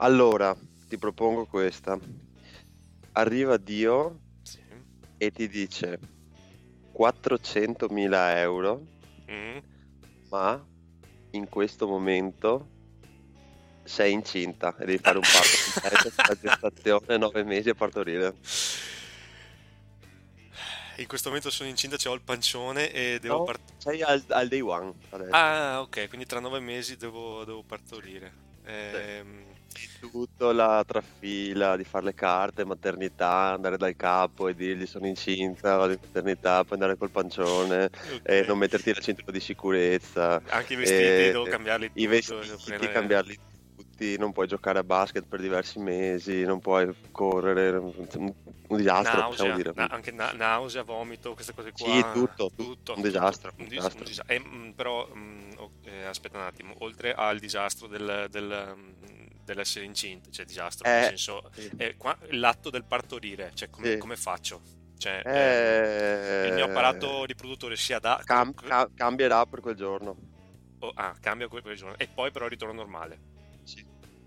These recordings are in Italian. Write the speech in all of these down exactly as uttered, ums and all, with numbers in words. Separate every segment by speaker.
Speaker 1: Allora, ti propongo questa. Arriva Dio
Speaker 2: Sì.
Speaker 1: e ti dice quattrocentomila euro,
Speaker 2: Mm.
Speaker 1: ma in questo momento sei incinta e devi fare un parto completo, la gestazione, nove mesi a partorire.
Speaker 2: In questo momento sono incinta, c'ho il pancione e devo
Speaker 1: No,
Speaker 2: partire.
Speaker 1: sei al, al day one adesso.
Speaker 2: Ah, ok, quindi tra nove mesi devo, devo partorire.
Speaker 1: Sì.
Speaker 2: Ehm,
Speaker 1: Di tutto, la trafila, di fare le carte, maternità, andare dal capo e dirgli sono incinta, vado in maternità, poi andare col pancione,
Speaker 2: ok.
Speaker 1: e non metterti la cintura di sicurezza,
Speaker 2: Anche i vestiti
Speaker 1: e
Speaker 2: devo cambiarli
Speaker 1: i
Speaker 2: tutto, devo
Speaker 1: vestiti,
Speaker 2: prendere.
Speaker 1: cambiarli tutti, non puoi giocare a basket per diversi mesi, non puoi correre, un, un disastro, possiamo
Speaker 2: Nausea,
Speaker 1: dire.
Speaker 2: na- anche na- nausea, vomito, queste cose
Speaker 1: Sì,
Speaker 2: qua,
Speaker 1: tutto, tu-
Speaker 2: tutto,
Speaker 1: un
Speaker 2: tutto,
Speaker 1: disastro, un
Speaker 2: un, dis- un
Speaker 1: disastro.
Speaker 2: dis- eh, mm, però, mm, o- eh, aspetta un attimo, oltre al disastro del, del, mm, dell'essere incinta, cioè disastro, nel
Speaker 1: Eh,
Speaker 2: senso,
Speaker 1: sì,
Speaker 2: eh, qua- l'atto del partorire, cioè come,
Speaker 1: sì.
Speaker 2: come faccio? Cioè, ehm, il mio
Speaker 1: Eh,
Speaker 2: apparato riproduttore si adatta, cosa,
Speaker 1: cam-
Speaker 2: cosa-
Speaker 1: ca- cambierà per quel giorno.
Speaker 2: oh, ah, cambia quel quel giorno, e poi però ritorno normale.
Speaker 1: Sì.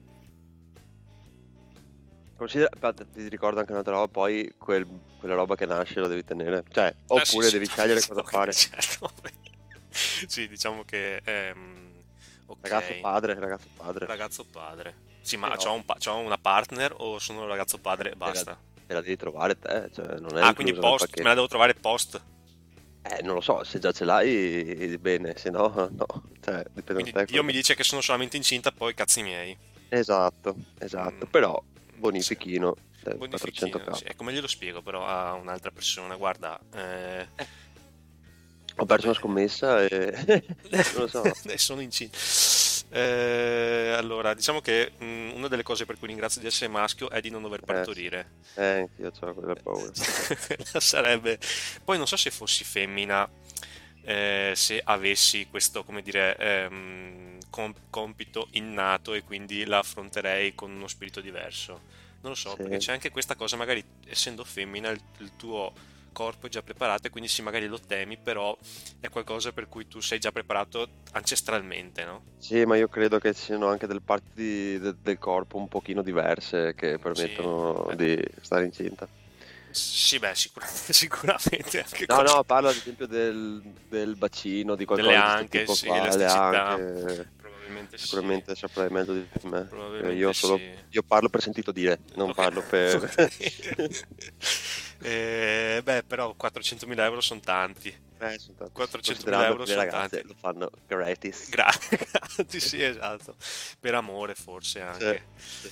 Speaker 1: Considera, aspetta, ti ricordo anche un'altra roba, poi quel- quella roba che nasce la devi tenere, cioè,
Speaker 2: Ah, sì,
Speaker 1: oppure
Speaker 2: sì,
Speaker 1: devi scegliere cosa
Speaker 2: ok,
Speaker 1: fare.
Speaker 2: certo. Sì, diciamo che, ehm,
Speaker 1: Ragazzo
Speaker 2: ok.
Speaker 1: padre, ragazzo padre.
Speaker 2: Ragazzo padre. Sì, ma c'ho,
Speaker 1: Però
Speaker 2: un pa- c'ho una partner o sono ragazzo padre e
Speaker 1: te la,
Speaker 2: basta?
Speaker 1: te la devi trovare te, cioè, non è
Speaker 2: Ah, quindi
Speaker 1: incluso nel
Speaker 2: post, me la
Speaker 1: pacchetto.
Speaker 2: devo trovare post.
Speaker 1: Eh, non lo so, se già ce l'hai, bene, se no, no, cioè, dipende da
Speaker 2: Quindi
Speaker 1: te
Speaker 2: Dio
Speaker 1: quello
Speaker 2: mi
Speaker 1: che...
Speaker 2: dice che sono solamente incinta, poi cazzi miei.
Speaker 1: Esatto, esatto,
Speaker 2: Mm,
Speaker 1: però
Speaker 2: sì.
Speaker 1: bonifichino, eh,
Speaker 2: Bonifichino,
Speaker 1: quattrocento k.
Speaker 2: sì. E come glielo spiego però a un'altra persona? Guarda, eh,
Speaker 1: Eh, ho perso
Speaker 2: vabbè,
Speaker 1: una scommessa e non lo so.
Speaker 2: e sono incinta. Eh, allora, diciamo che mm, una delle cose per cui ringrazio di essere maschio è di non dover
Speaker 1: Eh sì,
Speaker 2: partorire.
Speaker 1: eh, anch'io ho quella paura.
Speaker 2: Sarebbe. Poi non so se fossi femmina, eh, se avessi questo, come dire, ehm, com- compito innato e quindi la affronterei con uno spirito diverso. Non lo so, perché
Speaker 1: Sì.
Speaker 2: c'è anche questa cosa, magari essendo femmina, il, il tuo corpo è già preparato e quindi sì, magari lo temi, però è qualcosa per cui tu sei già preparato ancestralmente, no?
Speaker 1: Sì, ma io credo che ci siano anche delle parti di- de- del corpo un pochino diverse che
Speaker 2: Sì,
Speaker 1: permettono
Speaker 2: beh,
Speaker 1: di stare incinta.
Speaker 2: sì, beh, sicur- sicuramente anche
Speaker 1: No,
Speaker 2: qualche.
Speaker 1: no, parlo ad esempio del, del bacino, di
Speaker 2: Delle
Speaker 1: qualcosa di questo
Speaker 2: anche,
Speaker 1: tipo
Speaker 2: sì,
Speaker 1: qua, le
Speaker 2: elasticità,
Speaker 1: anche,
Speaker 2: probabilmente sì,
Speaker 1: sicuramente saprai meglio di me. Eh,
Speaker 2: probabilmente
Speaker 1: Io solo,
Speaker 2: sì.
Speaker 1: io parlo per sentito dire, non
Speaker 2: Ok,
Speaker 1: parlo per...
Speaker 2: ok. Eh, beh, però quattrocentomila euro sono tanti.
Speaker 1: Eh, sono tanti, sì.
Speaker 2: quattrocentomila
Speaker 1: Considerando
Speaker 2: euro
Speaker 1: che le
Speaker 2: sono
Speaker 1: ragazze
Speaker 2: tanti.
Speaker 1: lo fanno gratis.
Speaker 2: Gra- Grazie, sì, esatto. Per amore forse
Speaker 1: Sì,
Speaker 2: anche.
Speaker 1: sì.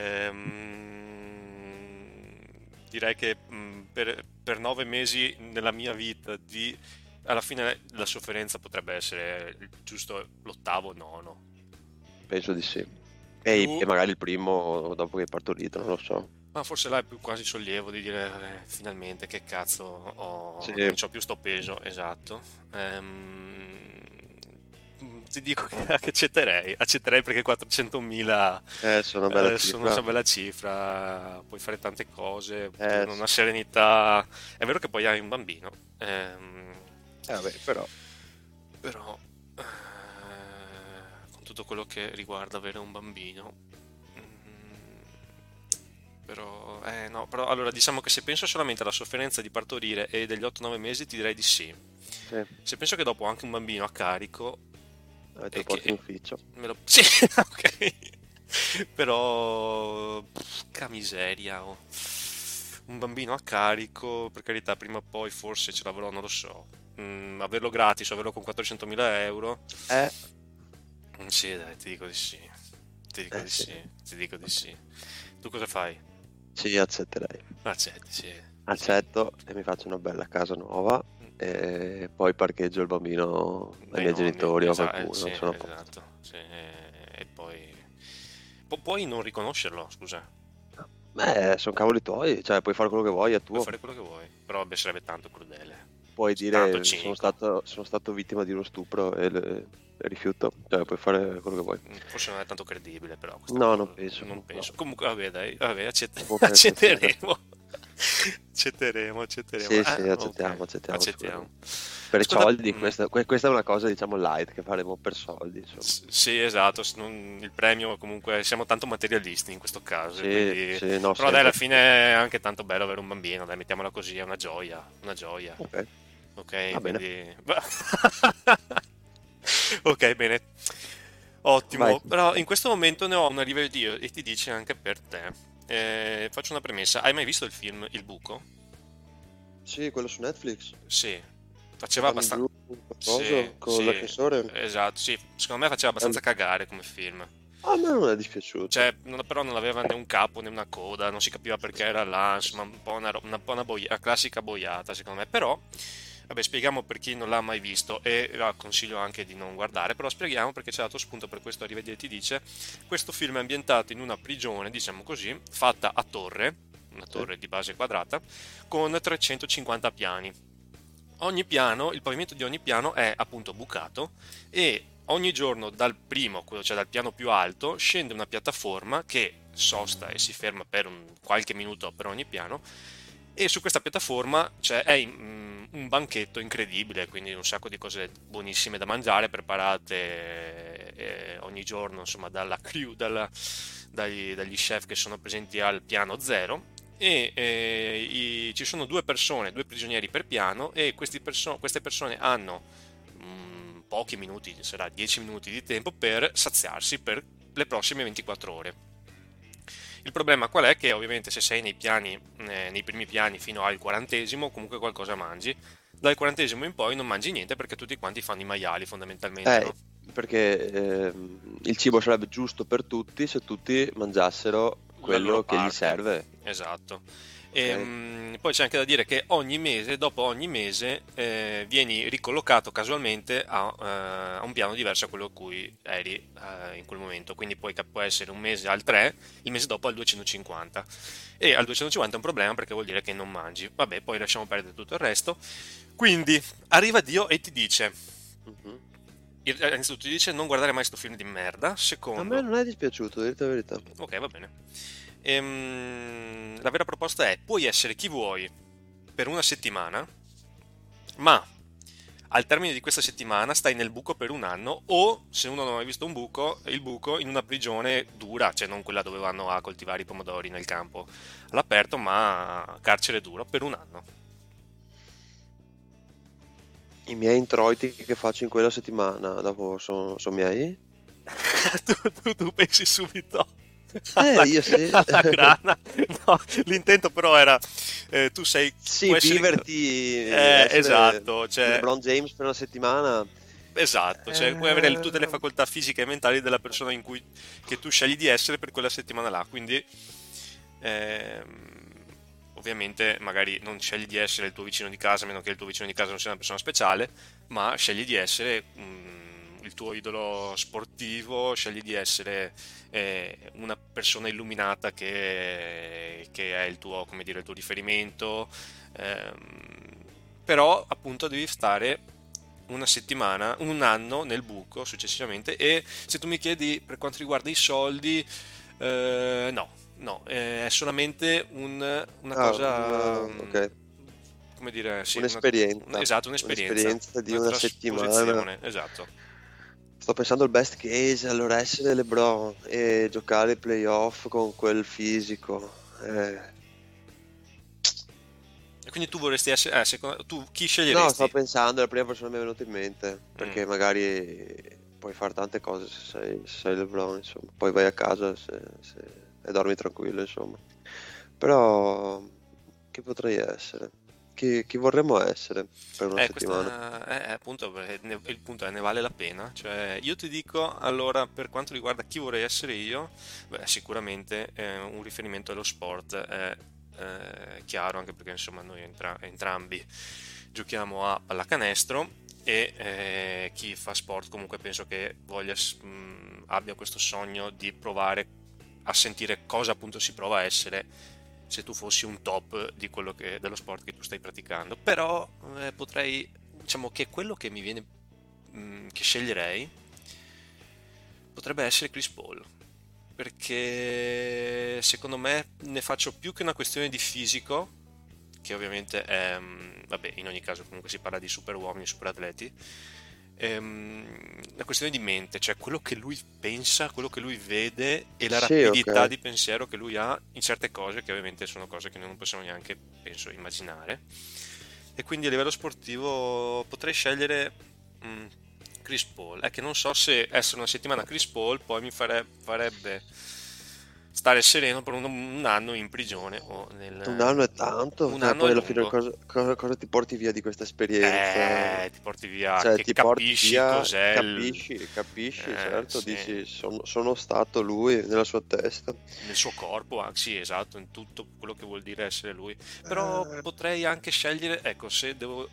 Speaker 2: Ehm, direi che mh, per, per nove mesi nella mia vita di... Alla fine la sofferenza potrebbe essere il- giusto l'ottavo, nono.
Speaker 1: Penso di sì. E,
Speaker 2: Più.
Speaker 1: e magari il primo dopo che hai partorito, non lo so.
Speaker 2: Ma forse là è più quasi sollievo di dire "Eh, finalmente che cazzo
Speaker 1: Sì,
Speaker 2: ho... non c'ho più sto peso, esatto. Ehm, ti dico che che accetterei, accetterei perché quattrocentomila
Speaker 1: eh, sono una bella
Speaker 2: eh, sono
Speaker 1: cifra.
Speaker 2: una bella cifra, puoi fare tante cose, ti
Speaker 1: Eh,
Speaker 2: danno
Speaker 1: sì.
Speaker 2: una serenità. È vero che poi hai un bambino, ehm,
Speaker 1: Eh, vabbè, però,
Speaker 2: però eh, con tutto quello che riguarda avere un bambino. mm, Però, eh, no, però allora diciamo che se penso solamente alla sofferenza di partorire e degli otto nove mesi ti direi di sì.
Speaker 1: sì,
Speaker 2: Se penso che dopo ho anche un bambino a carico
Speaker 1: eh, te lo
Speaker 2: e che
Speaker 1: porti in
Speaker 2: e
Speaker 1: ufficio.
Speaker 2: me lo... Sì, ok. Però, porca miseria, oh. Un bambino a carico, per carità, prima o poi forse ce l'avrò, non lo so. Mm, averlo gratis o averlo con quattrocentomila euro.
Speaker 1: Eh,
Speaker 2: Mm, sì, dai, ti dico di sì. Ti dico
Speaker 1: eh
Speaker 2: di
Speaker 1: sì,
Speaker 2: sì, ti dico di sì. Tu cosa fai?
Speaker 1: sì, accetterei.
Speaker 2: Accetti, sì, sì.
Speaker 1: Accetto e mi faccio una bella casa nuova e poi parcheggio il bambino ai
Speaker 2: Dai
Speaker 1: miei
Speaker 2: nonni,
Speaker 1: genitori o a
Speaker 2: esatto,
Speaker 1: qualcuno,
Speaker 2: sì,
Speaker 1: sono a posto.
Speaker 2: esatto, sì, e e poi pu- puoi non riconoscerlo, scusa,
Speaker 1: Beh, sono cavoli tuoi, cioè puoi fare quello che vuoi, è
Speaker 2: puoi
Speaker 1: tuo.
Speaker 2: fare quello che vuoi, però beh, sarebbe tanto crudele,
Speaker 1: Puoi
Speaker 2: tanto
Speaker 1: dire sono
Speaker 2: cinico.
Speaker 1: stato, sono stato vittima di uno stupro e, le- e rifiuto, cioè puoi fare quello che vuoi.
Speaker 2: Mm, forse non è tanto credibile, però questa
Speaker 1: No, non
Speaker 2: cosa,
Speaker 1: penso,
Speaker 2: non
Speaker 1: no,
Speaker 2: penso. Comunque, vabbè, dai, vabbè, accett-
Speaker 1: non penso sia.
Speaker 2: accetteremo. Accetteremo, accetteremo.
Speaker 1: Sì, sì,
Speaker 2: Ah, ok,
Speaker 1: accettiamo, accettiamo
Speaker 2: accettiamo.
Speaker 1: sicuramente. Per i
Speaker 2: Ascolta,
Speaker 1: soldi,
Speaker 2: mm,
Speaker 1: questa, que- questa è una cosa, diciamo, light che faremo per soldi, insomma.
Speaker 2: s- sì, esatto, s- non- il premio comunque siamo tanto materialisti in questo caso, e
Speaker 1: Sì,
Speaker 2: quindi...
Speaker 1: sì, no,
Speaker 2: Però dai, alla
Speaker 1: sempre.
Speaker 2: fine è anche tanto bello avere un bambino, dai, mettiamola così, è una gioia, una gioia.
Speaker 1: Ok,
Speaker 2: Ok,
Speaker 1: va bene.
Speaker 2: quindi... Ok, bene.
Speaker 1: Vai.
Speaker 2: Ottimo, però in questo momento ne ho una review e ti dice anche per te. Eh, faccio una premessa, hai mai visto il film Il Buco?
Speaker 1: Sì, quello su Netflix.
Speaker 2: Sì,
Speaker 1: Che
Speaker 2: faceva
Speaker 1: vanno
Speaker 2: abbastanza...
Speaker 1: giù
Speaker 2: Sì,
Speaker 1: qualcosa con
Speaker 2: sì,
Speaker 1: l'ascensore.
Speaker 2: esatto, sì, secondo me faceva
Speaker 1: Ehm,
Speaker 2: abbastanza cagare come film.
Speaker 1: A me non è dispiaciuto.
Speaker 2: Cioè, non- però non aveva né un capo né una coda, non si capiva perché era là, insomma, un po' una, ro- una, po' una boia- una classica boiata, secondo me. Però, vabbè, spieghiamo per chi non l'ha mai visto e la consiglio anche di non guardare, però spieghiamo perché c'è dato spunto per questo Arrivederci ti dice. Questo film è ambientato in una prigione, diciamo così, fatta a torre, una
Speaker 1: Sì.
Speaker 2: torre di base quadrata, con trecentocinquanta piani. Ogni piano, il pavimento di ogni piano è appunto bucato e ogni giorno dal primo, quello cioè dal piano più alto, scende una piattaforma che sosta e si ferma per un, qualche minuto per ogni piano e su questa piattaforma c'è è, mm, un banchetto incredibile, quindi un sacco di cose buonissime da mangiare, preparate eh, ogni giorno, insomma, dalla crew, dalla- dagli, dagli chef che sono presenti al piano zero. E eh, i- ci sono due persone, due prigionieri per piano, e questi perso- queste persone hanno mm, pochi minuti, sarà dieci minuti di tempo per saziarsi per le prossime ventiquattro ore. Il problema qual è? Che ovviamente se sei nei piani, eh, nei primi piani fino al quarantesimo, comunque qualcosa mangi. Dal quarantesimo in poi non mangi niente perché tutti quanti fanno i maiali fondamentalmente,
Speaker 1: Eh,
Speaker 2: no?
Speaker 1: perché ehm, il cibo sarebbe giusto per tutti se tutti mangiassero
Speaker 2: La loro
Speaker 1: quello che gli
Speaker 2: parte,
Speaker 1: serve.
Speaker 2: esatto.
Speaker 1: Ok?
Speaker 2: E, mm, poi c'è anche da dire che ogni mese, dopo ogni mese, eh, vieni ricollocato casualmente a, eh, a un piano diverso a quello a cui eri eh, in quel momento. Quindi poi cap- può essere un mese al tre, il mese dopo al duecentocinquanta. E al duecentocinquanta è un problema perché vuol dire che non mangi. Vabbè, poi lasciamo perdere tutto il resto. Quindi arriva Dio e ti dice,
Speaker 1: Mhm.
Speaker 2: innanzitutto ti dice non guardare mai sto film di merda.
Speaker 1: A me
Speaker 2: Secondo,
Speaker 1: non è dispiaciuto, dirti la verità.
Speaker 2: ok, va bene. Ehm, la vera proposta è: puoi essere chi vuoi per una settimana, ma al termine di questa settimana stai nel buco per un anno, o se uno non ha mai visto un buco, il buco in una prigione dura, cioè non quella dove vanno a coltivare i pomodori nel campo all'aperto, ma carcere duro per un anno.
Speaker 1: I miei introiti che faccio in quella settimana dopo sono, sono miei?
Speaker 2: tu, tu- tu pensi subito
Speaker 1: Eh,
Speaker 2: alla,
Speaker 1: io sì.
Speaker 2: alla grana. No, l'intento però era eh, tu sei,
Speaker 1: Sì,
Speaker 2: può essere,
Speaker 1: viverti,
Speaker 2: eh,
Speaker 1: essere
Speaker 2: esatto, cioè
Speaker 1: LeBron James per una settimana.
Speaker 2: esatto, cioè puoi avere le- tutte le
Speaker 1: Eh,
Speaker 2: facoltà fisiche e mentali della persona in cui, che tu scegli di essere per quella settimana là, quindi ehm, ovviamente magari non scegli di essere il tuo vicino di casa, a meno che il tuo vicino di casa non sia una persona speciale, ma scegli di essere mm, il tuo idolo sportivo, scegli di essere eh, una persona illuminata che, che è il tuo, come dire, il tuo riferimento, ehm, però appunto devi stare una settimana, un anno nel buco successivamente. E se tu mi chiedi per quanto riguarda i soldi, eh, no, no, eh, è solamente un- una
Speaker 1: ah,
Speaker 2: cosa,
Speaker 1: una-
Speaker 2: mm,
Speaker 1: ok,
Speaker 2: come dire, sì, una- un-
Speaker 1: un'esperienza,
Speaker 2: esatto, un'esperienza,
Speaker 1: un'esperienza di
Speaker 2: una
Speaker 1: una settimana.
Speaker 2: trasposizione, esatto.
Speaker 1: Sto pensando al best case, allora essere LeBron e giocare i playoff con quel fisico. Eh.
Speaker 2: E quindi tu vorresti essere, eh, secondo, tu chi
Speaker 1: No, sto
Speaker 2: sceglieresti?
Speaker 1: pensando, è la prima persona che mi è venuta in mente,
Speaker 2: Mm.
Speaker 1: perché magari puoi fare tante cose se sei, se sei LeBron, insomma. Poi vai a casa se- se- e dormi tranquillo, insomma. Però, chi potrei essere? Chi, chi vorremmo essere per una
Speaker 2: Eh,
Speaker 1: settimana?
Speaker 2: questa è, è appunto perché ne- il punto è ne vale la pena. Cioè, io ti dico allora, per quanto riguarda chi vorrei essere io, beh, sicuramente eh, un riferimento allo sport è eh, chiaro, anche perché insomma noi entra- entrambi giochiamo a pallacanestro e eh, chi fa sport comunque penso che voglia, s- mh, abbia questo sogno di provare a sentire cosa appunto si prova a essere se tu fossi un top di quello che, dello sport che tu stai praticando. Però eh, potrei, diciamo che quello che mi viene, mh, che sceglierei potrebbe essere Chris Paul, perché secondo me ne faccio più che una questione di fisico, che ovviamente è, mm, vabbè, in ogni caso comunque si parla di super uomini, super atleti. Ehm, una questione di mente, cioè quello che lui pensa, quello che lui vede e la
Speaker 1: Sì,
Speaker 2: rapidità
Speaker 1: ok.
Speaker 2: di pensiero che lui ha in certe cose, che ovviamente sono cose che noi non possiamo neanche, penso, immaginare. E quindi a livello sportivo potrei scegliere mm, Chris Paul. È che non so se essere una settimana Chris Paul poi mi fare- farebbe stare sereno per un, un anno in prigione o
Speaker 1: Un
Speaker 2: nel...
Speaker 1: anno è tanto,
Speaker 2: Un
Speaker 1: cioè
Speaker 2: anno è
Speaker 1: poi alla fine
Speaker 2: lungo.
Speaker 1: cosa, cosa- cosa ti porti via di questa esperienza?
Speaker 2: Eh, ti porti via,
Speaker 1: Cioè
Speaker 2: che
Speaker 1: ti porti
Speaker 2: capisci
Speaker 1: via,
Speaker 2: cos'è il...
Speaker 1: capisci, capisci,
Speaker 2: Eh,
Speaker 1: certo,
Speaker 2: sì,
Speaker 1: dici sono, sono stato lui nella sua testa.
Speaker 2: nel suo corpo, ah, sì, esatto, in tutto quello che vuol dire essere lui. Però
Speaker 1: Eh,
Speaker 2: potrei anche scegliere, ecco, se devo...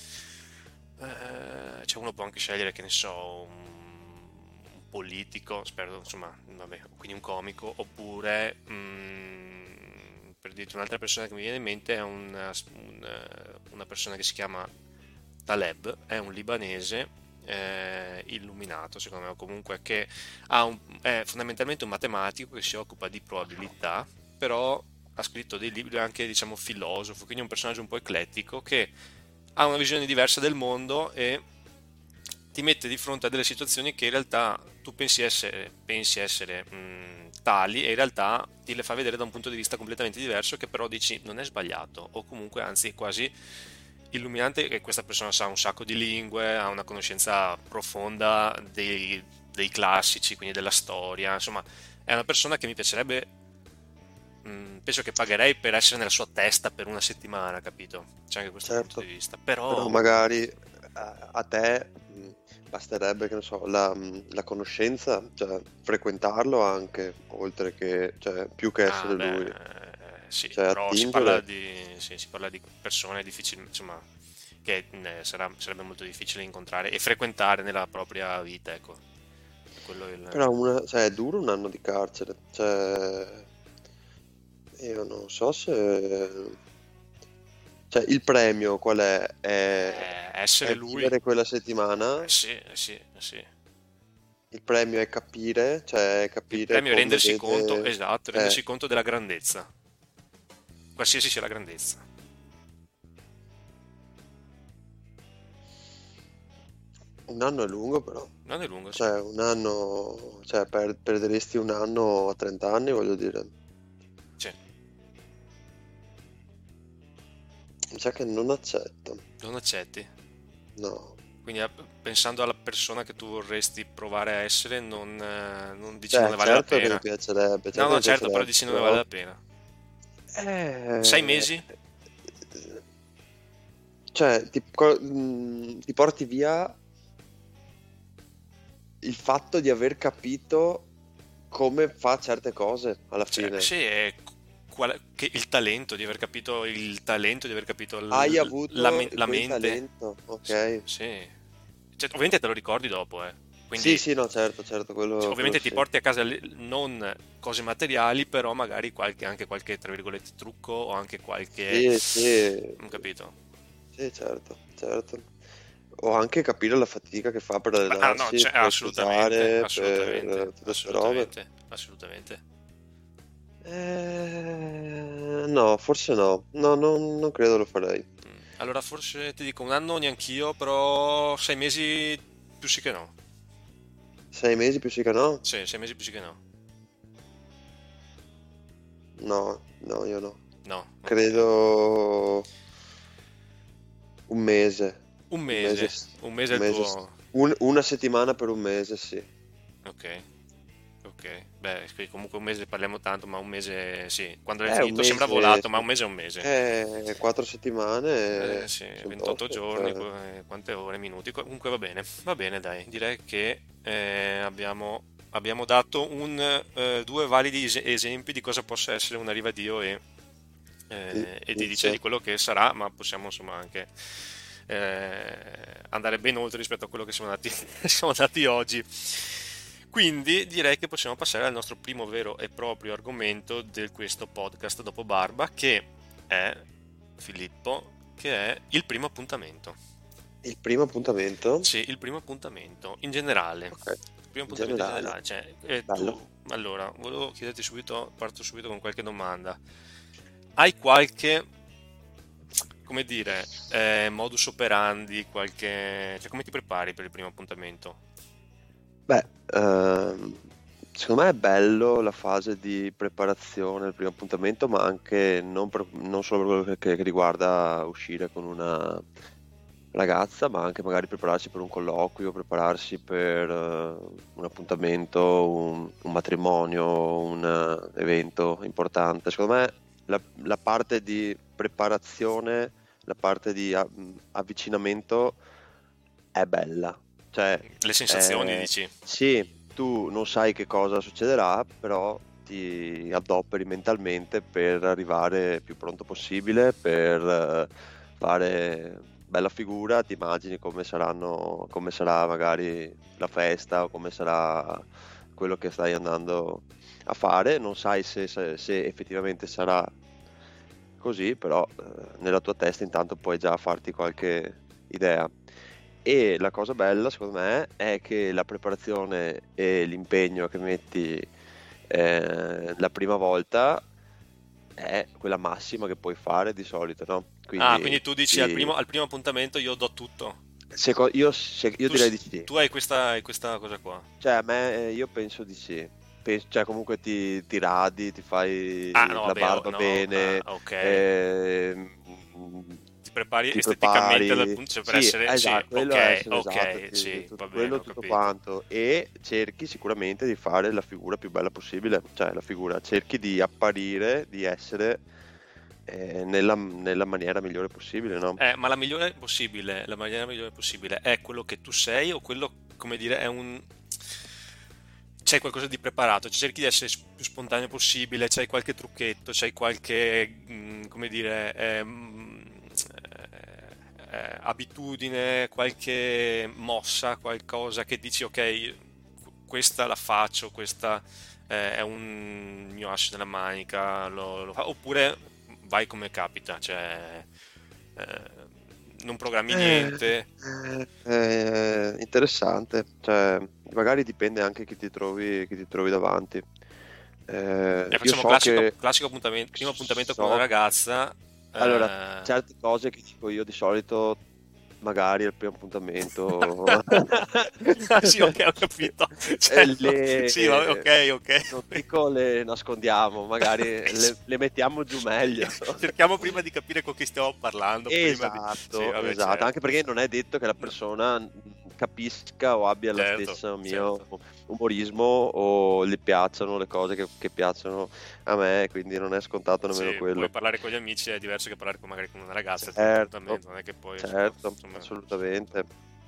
Speaker 2: eh, cioè uno può anche scegliere, che ne so, un, un politico, spero, insomma, vabbè, quindi un comico, oppure, mm, per dirti un'altra persona che mi viene in mente, è una, un- una persona che si chiama Taleb, è un libanese eh, illuminato, secondo me, o comunque che ha un- è fondamentalmente un matematico che si occupa di probabilità, però ha scritto dei libri anche, diciamo, filosofo, quindi è un personaggio un po' eclettico che ha una visione diversa del mondo e ti mette di fronte a delle situazioni che in realtà tu pensi essere, pensi essere mh, tali e in realtà ti le fa vedere da un punto di vista completamente diverso che però dici non è sbagliato o comunque anzi è quasi illuminante che questa persona sa un sacco di lingue, ha una conoscenza profonda dei, dei classici, quindi della storia, insomma è una persona che mi piacerebbe, mh, penso che pagherei per essere nella sua testa per una settimana, capito? C'è anche questo punto di
Speaker 1: certo,
Speaker 2: vista,
Speaker 1: però
Speaker 2: però
Speaker 1: magari a, a te mh, basterebbe, che ne so, la, mh, la conoscenza, cioè frequentarlo anche, oltre che, cioè più che
Speaker 2: ah,
Speaker 1: essere
Speaker 2: beh,
Speaker 1: lui,
Speaker 2: sì,
Speaker 1: cioè
Speaker 2: però si parla
Speaker 1: attingere.
Speaker 2: di, sì, si parla di persone difficili, insomma, che eh, sarà- sarebbe molto difficile incontrare e frequentare nella propria vita, ecco. È quello
Speaker 1: Però
Speaker 2: il...
Speaker 1: una, cioè, è duro un anno di carcere, cioè io non so se... Cioè, il premio qual è? È,
Speaker 2: eh, essere
Speaker 1: è
Speaker 2: lui,
Speaker 1: vivere quella
Speaker 2: eh
Speaker 1: settimana?
Speaker 2: sì, eh sì, eh sì.
Speaker 1: Il premio è capire, cioè
Speaker 2: Il
Speaker 1: capire
Speaker 2: premio è
Speaker 1: come
Speaker 2: rendersi conto,
Speaker 1: vede...
Speaker 2: esatto,
Speaker 1: Eh,
Speaker 2: rendersi conto della grandezza, qualsiasi sia la grandezza.
Speaker 1: un anno è lungo però.
Speaker 2: Non è lungo, sì.
Speaker 1: Cioè, un anno... Cioè, per- perderesti un anno a trenta anni, voglio dire.
Speaker 2: Sì,
Speaker 1: Mi sa che non accetto.
Speaker 2: non accetti.
Speaker 1: No.
Speaker 2: Quindi eh, pensando alla persona che tu vorresti provare a essere, non, eh, non dici non
Speaker 1: Cioè,
Speaker 2: ne vale la
Speaker 1: certo che mi
Speaker 2: pena.
Speaker 1: piacerebbe,
Speaker 2: No,
Speaker 1: certo che
Speaker 2: no,
Speaker 1: mi
Speaker 2: certo, però
Speaker 1: piacerebbe,
Speaker 2: dici non ne vale
Speaker 1: però...
Speaker 2: la pena. Sei
Speaker 1: Eh,
Speaker 2: mesi?
Speaker 1: cioè, ti, co- mh, ti porti via il fatto di aver capito come fa certe cose alla
Speaker 2: Cioè,
Speaker 1: fine.
Speaker 2: sì, è qual- che il talento di aver capito il talento di aver capito
Speaker 1: Hai
Speaker 2: l- la,
Speaker 1: avuto
Speaker 2: me- la
Speaker 1: quel
Speaker 2: mente.
Speaker 1: talento,
Speaker 2: Sì,
Speaker 1: ok?
Speaker 2: sì. Cioè, ovviamente te lo ricordi dopo, eh.
Speaker 1: Sì,
Speaker 2: Quindi,
Speaker 1: sì, no, certo, certo,
Speaker 2: cioè,
Speaker 1: quello, quello
Speaker 2: ovviamente ti
Speaker 1: sì.
Speaker 2: porti a casa le- non cose materiali, però magari qualche, anche qualche, tra virgolette, trucco o anche qualche...
Speaker 1: Sì, sì,
Speaker 2: Non capito?
Speaker 1: sì, certo, certo. O anche capire la fatica che fa per
Speaker 2: Beh, ah, no,
Speaker 1: allenarsi,
Speaker 2: cioè,
Speaker 1: per
Speaker 2: assolutamente,
Speaker 1: riposare, per
Speaker 2: assolutamente,
Speaker 1: eh, tutte queste robe.
Speaker 2: assolutamente, assolutamente.
Speaker 1: Eh, no, forse no. No, non, non credo lo farei.
Speaker 2: Mm. Allora forse ti dico un anno neanch'io, però sei mesi più sì che no.
Speaker 1: Sei mesi più sì che no?
Speaker 2: Sì, sei mesi più sì che no.
Speaker 1: No, no, io no.
Speaker 2: No, ok.
Speaker 1: Credo un mese.
Speaker 2: Un
Speaker 1: Un mese,
Speaker 2: mese,
Speaker 1: s-
Speaker 2: un mese è
Speaker 1: un
Speaker 2: il
Speaker 1: mese, s-
Speaker 2: tuo...
Speaker 1: un- una settimana per un mese, sì.
Speaker 2: Ok, ok. Beh, qui comunque un mese parliamo tanto, ma un mese sì. Quando è
Speaker 1: Eh, un
Speaker 2: finito sembra
Speaker 1: mese,
Speaker 2: volato, ma un mese è un mese.
Speaker 1: eh, quattro
Speaker 2: Eh
Speaker 1: settimane
Speaker 2: sì,
Speaker 1: sono
Speaker 2: ventotto
Speaker 1: toste,
Speaker 2: giorni,
Speaker 1: cioè,
Speaker 2: qu- eh, quante ore, minuti. Comunque va bene, va bene, dai. Direi che eh, abbiamo, abbiamo dato un, eh, due validi es- esempi di cosa possa essere una riva Dio e,
Speaker 1: sì,
Speaker 2: eh, e ti dice di
Speaker 1: Nietzsche.
Speaker 2: quello che sarà, ma possiamo insomma anche eh, andare ben oltre rispetto a quello che siamo andati, siamo andati oggi. Quindi direi che possiamo passare al nostro primo vero e proprio argomento di questo podcast dopo Barba, che è, Filippo, che è il primo appuntamento.
Speaker 1: Il primo appuntamento?
Speaker 2: Sì, il primo appuntamento in generale.
Speaker 1: Ok,
Speaker 2: Il primo
Speaker 1: in
Speaker 2: appuntamento in
Speaker 1: generale,
Speaker 2: generale, cioè, eh,
Speaker 1: bello.
Speaker 2: tu, allora, volevo chiederti subito, parto subito con qualche domanda. Hai qualche come dire, eh, modus operandi, qualche... Cioè, come ti prepari per il primo appuntamento?
Speaker 1: Beh, ehm, secondo me è bello la fase di preparazione del primo appuntamento, ma anche non, per- non solo per quello che, che riguarda uscire con una ragazza, ma anche magari prepararsi per un colloquio, prepararsi per eh, un appuntamento, un, un matrimonio, un eh, evento importante. Secondo me la, la parte di preparazione, la parte di a- avvicinamento è bella. Cioè,
Speaker 2: Le sensazioni,
Speaker 1: eh,
Speaker 2: dici?
Speaker 1: sì, tu non sai che cosa succederà, però ti adoperi mentalmente per arrivare più pronto possibile, per eh, fare bella figura, ti immagini come saranno, come sarà magari la festa o come sarà quello che stai andando a fare, non sai se, se- se effettivamente sarà così, però eh, nella tua testa intanto puoi già farti qualche idea. E la cosa bella, secondo me, è che la preparazione e l'impegno che metti eh, la prima volta è quella massima che puoi fare di solito, no?
Speaker 2: Ah,
Speaker 1: Quindi
Speaker 2: quindi tu dici al
Speaker 1: ti-
Speaker 2: primo, al primo appuntamento io do tutto.
Speaker 1: seco- io, se- io
Speaker 2: Tu,
Speaker 1: direi
Speaker 2: s-
Speaker 1: di sì.
Speaker 2: tu hai questa, hai questa cosa qua.
Speaker 1: Cioè, a me, eh, io penso di sì. Pen- cioè, comunque ti, ti radi, ti
Speaker 2: Ah,
Speaker 1: fai
Speaker 2: no,
Speaker 1: la
Speaker 2: vabbè, oh,
Speaker 1: barba
Speaker 2: no, ah,
Speaker 1: bene,
Speaker 2: ok.
Speaker 1: ehm,
Speaker 2: Ti prepari
Speaker 1: ti
Speaker 2: esteticamente dal
Speaker 1: prepari.
Speaker 2: punto, cioè per
Speaker 1: Sì,
Speaker 2: essere... Sì,
Speaker 1: esatto, quello è
Speaker 2: ok,
Speaker 1: essere esatto,
Speaker 2: ok,
Speaker 1: ti-
Speaker 2: sì, va
Speaker 1: tutto
Speaker 2: bene,
Speaker 1: quello,
Speaker 2: ho
Speaker 1: tutto
Speaker 2: capito.
Speaker 1: quanto. E cerchi sicuramente di fare la figura più bella possibile. Cioè, la figura, cerchi di apparire, di essere eh, nella, nella maniera migliore possibile, no?
Speaker 2: Eh, ma la migliore possibile, la maniera migliore possibile è quello che tu sei o quello, come dire, è un... C'è qualcosa di preparato, cioè cerchi di essere s- più spontaneo possibile, c'hai qualche trucchetto, c'hai qualche, mm, come dire, ehm, eh, eh, abitudine, qualche mossa, qualcosa che dici, ok, questa la faccio, questa eh, è un mio asso nella manica, lo, lo fa- oppure vai come capita, cioè eh, non programmi
Speaker 1: Eh,
Speaker 2: niente.
Speaker 1: eh, eh, interessante, cioè, magari dipende anche chi ti trovi, chi ti trovi davanti.
Speaker 2: E
Speaker 1: Eh, io
Speaker 2: facciamo
Speaker 1: so
Speaker 2: classico,
Speaker 1: che
Speaker 2: classico appuntamento, primo appuntamento con una
Speaker 1: so
Speaker 2: ragazza.
Speaker 1: allora,
Speaker 2: eh,
Speaker 1: certe cose che dico io di solito, magari al primo appuntamento,
Speaker 2: Ah, sì, ok, ho capito.
Speaker 1: eh,
Speaker 2: Certo. Sì, vabbè,
Speaker 1: le,
Speaker 2: ok,
Speaker 1: non
Speaker 2: ok.
Speaker 1: dico le nascondiamo, magari le, le mettiamo giù meglio.
Speaker 2: Cerchiamo prima di capire con chi stiamo parlando, prima di... Sì,
Speaker 1: Esatto,
Speaker 2: vabbè,
Speaker 1: esatto, anche
Speaker 2: certo.
Speaker 1: perché non è detto che la
Speaker 2: No,
Speaker 1: persona mm, capisca o abbia lo
Speaker 2: certo,
Speaker 1: stesso mio
Speaker 2: certo.
Speaker 1: umorismo o gli piacciono le cose che, che piacciono a me, quindi non è scontato nemmeno
Speaker 2: Sì, poi
Speaker 1: quello.
Speaker 2: parlare con gli amici è diverso che parlare con, magari con una ragazza, il primo
Speaker 1: Certo,
Speaker 2: appuntamento, non è che poi, insomma,
Speaker 1: certo,
Speaker 2: insomma,
Speaker 1: assolutamente.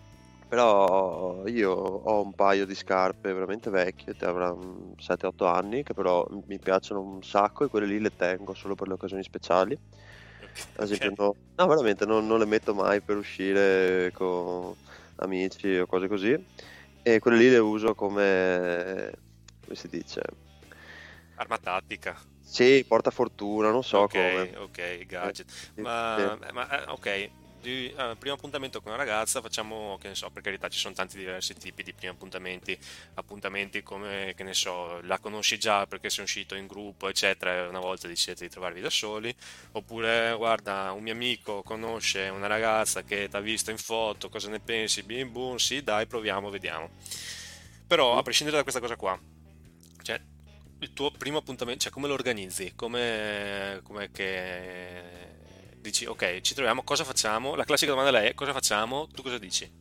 Speaker 1: Però io ho un paio di scarpe veramente vecchie, te avrà sette otto anni, che però mi piacciono un sacco e quelle lì le tengo solo per le occasioni speciali.
Speaker 2: ok,
Speaker 1: Ad
Speaker 2: ok.
Speaker 1: esempio, no, no, veramente non, non le metto mai per uscire con amici o cose così. E quelle lì le uso come, come si dice?
Speaker 2: Arma tattica.
Speaker 1: Sì, portafortuna, non so
Speaker 2: Ok,
Speaker 1: come.
Speaker 2: ok,
Speaker 1: Eh,
Speaker 2: gadget.
Speaker 1: sì, sì.
Speaker 2: Ma, ma, eh, ok, di- eh, primo appuntamento con una ragazza facciamo, che ne so, per carità ci sono tanti diversi tipi di primi appuntamenti, appuntamenti come, che ne so, la conosci già perché sei uscito in gruppo, eccetera, e una volta decidete di trovarvi da soli, oppure guarda, un mio amico conosce una ragazza che ti ha visto in foto, cosa ne pensi? Bim bum, sì, dai, proviamo, vediamo. Però, a
Speaker 1: Mhm.
Speaker 2: prescindere da questa cosa qua, cioè, il tuo primo appuntamento, cioè come lo organizzi? Come, com'è che dici, ok, ci troviamo, cosa facciamo? La classica domanda lei è cosa facciamo? Tu cosa dici?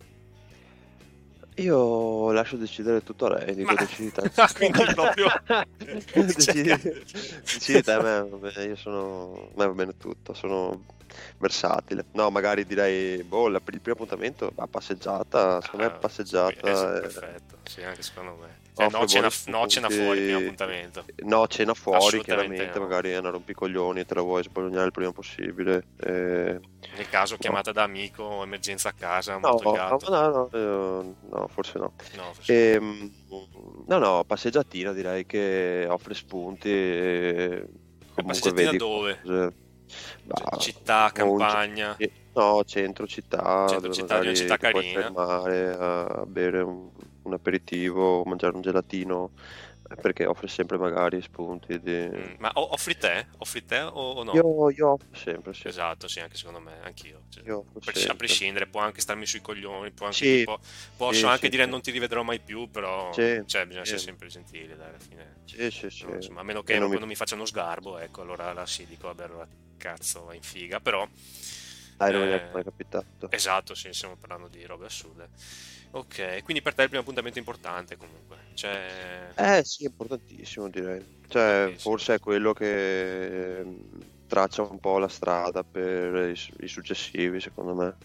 Speaker 1: Io lascio decidere tutto a lei,
Speaker 2: Ma
Speaker 1: dico decidi te.
Speaker 2: ah, quindi proprio
Speaker 1: Decidi,
Speaker 2: cerca-
Speaker 1: decidi te, a me, va bene, io sono, a me va bene tutto, sono versatile. No, magari direi, boh, la- il primo appuntamento, la passeggiata, secondo me
Speaker 2: Ah, sì, eh sì,
Speaker 1: passeggiata eh,
Speaker 2: perfetto, sì, anche secondo me. Cioè, no
Speaker 1: offre
Speaker 2: cena,
Speaker 1: buoni
Speaker 2: no cena fuori, primo
Speaker 1: spunti.
Speaker 2: appuntamento.
Speaker 1: No, cena fuori,
Speaker 2: Assolutamente
Speaker 1: chiaramente,
Speaker 2: no.
Speaker 1: magari è una rompicoglioni, te la vuoi sbolognare il prima possibile. eh,
Speaker 2: Nel caso
Speaker 1: no.
Speaker 2: chiamata da amico, emergenza a casa,
Speaker 1: No,
Speaker 2: morto il
Speaker 1: no,
Speaker 2: gatto.
Speaker 1: no, no, eh, no, forse no.
Speaker 2: No, forse no.
Speaker 1: Ehm, no, no, passeggiatina direi che offre spunti e
Speaker 2: E
Speaker 1: comunque
Speaker 2: passeggiatina
Speaker 1: vedi
Speaker 2: dove?
Speaker 1: cose.
Speaker 2: Cioè,
Speaker 1: Bah,
Speaker 2: città,
Speaker 1: o un ce-
Speaker 2: campagna,
Speaker 1: eh, no, centro città
Speaker 2: centro
Speaker 1: dove
Speaker 2: città di una
Speaker 1: magari
Speaker 2: città
Speaker 1: ti puoi
Speaker 2: carina.
Speaker 1: fermare a bere un, un aperitivo, mangiare un gelatino eh, perché offre sempre magari spunti di...
Speaker 2: Mm, ma o- offri te? Offri te o, o no?
Speaker 1: Io, io offro sempre, sì.
Speaker 2: Esatto, sì, anche secondo me, anch'io. Cioè,
Speaker 1: Io offro
Speaker 2: pres- a
Speaker 1: sempre.
Speaker 2: prescindere, può anche starmi sui coglioni, può anche
Speaker 1: Sì,
Speaker 2: tipo, posso
Speaker 1: sì,
Speaker 2: anche
Speaker 1: sì,
Speaker 2: dire
Speaker 1: sì.
Speaker 2: non ti rivedrò mai più, però
Speaker 1: Sì,
Speaker 2: cioè, bisogna essere
Speaker 1: sì,
Speaker 2: sempre gentili, dai, alla fine.
Speaker 1: sì, sì, sì.
Speaker 2: No, insomma, a meno che
Speaker 1: E non mi...
Speaker 2: proprio non mi faccia uno sgarbo, ecco, allora là sì, dico, vabbè, allora cazzo, va in figa, però...
Speaker 1: Dai, non mi è mai
Speaker 2: eh,
Speaker 1: capitato.
Speaker 2: esatto, sì, stiamo parlando di robe assurde. Ok, quindi per te è il primo appuntamento importante comunque, cioè...
Speaker 1: Eh sì, è importantissimo direi. Cioè,
Speaker 2: Bellissimo.
Speaker 1: forse è quello che ehm, traccia un po' la strada per i, i successivi, secondo me.